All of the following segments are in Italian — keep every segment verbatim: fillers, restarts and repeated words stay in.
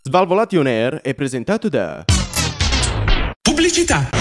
Svalvolati on Air è presentato da Pubblicità.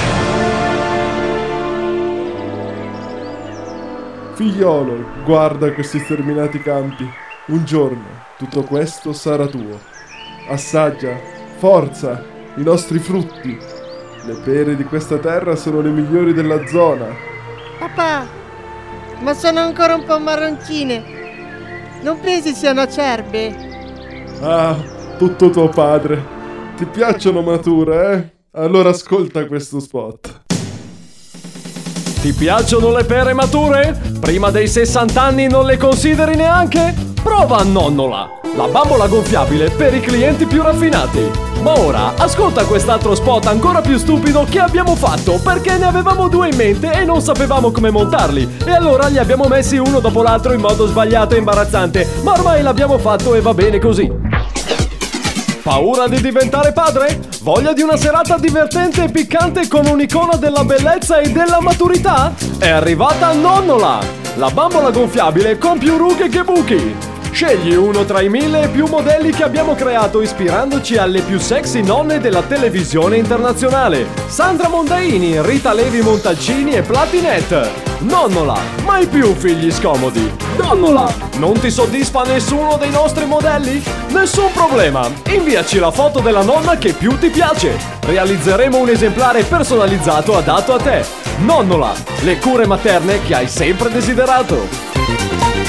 Figliolo, guarda questi sterminati campi. Un giorno tutto questo sarà tuo. Assaggia, forza, i nostri frutti. Le pere di questa terra sono le migliori della zona. Papà, ma sono ancora un po' marroncine. Non pensi siano acerbe? Ah, tutto tuo padre. Ti piacciono mature, eh? Allora ascolta questo spot. Ti piacciono le pere mature? Prima dei sessanta anni non le consideri neanche? Prova Nonnola, la bambola gonfiabile per i clienti più raffinati. Ma ora ascolta quest'altro spot ancora più stupido che abbiamo fatto, perché ne avevamo due in mente e non sapevamo come montarli, e allora li abbiamo messi uno dopo l'altro in modo sbagliato e imbarazzante, ma ormai l'abbiamo fatto e va bene così. Paura di diventare padre? Voglia di una serata divertente e piccante con un'icona della bellezza e della maturità? È arrivata Nonnola, la bambola gonfiabile con più rughe che buchi. Scegli uno tra i mille e più modelli che abbiamo creato ispirandoci alle più sexy nonne della televisione internazionale: Sandra Mondaini, Rita Levi Montalcini e Platinette. Nonnola, mai più figli scomodi. Nonnola, non ti soddisfa nessuno dei nostri modelli? Nessun problema, inviaci la foto della nonna che più ti piace. Realizzeremo un esemplare personalizzato adatto a te. Nonnola, le cure materne che hai sempre desiderato.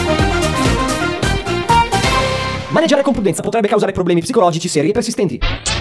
Maneggiare con prudenza potrebbe causare problemi psicologici seri e persistenti.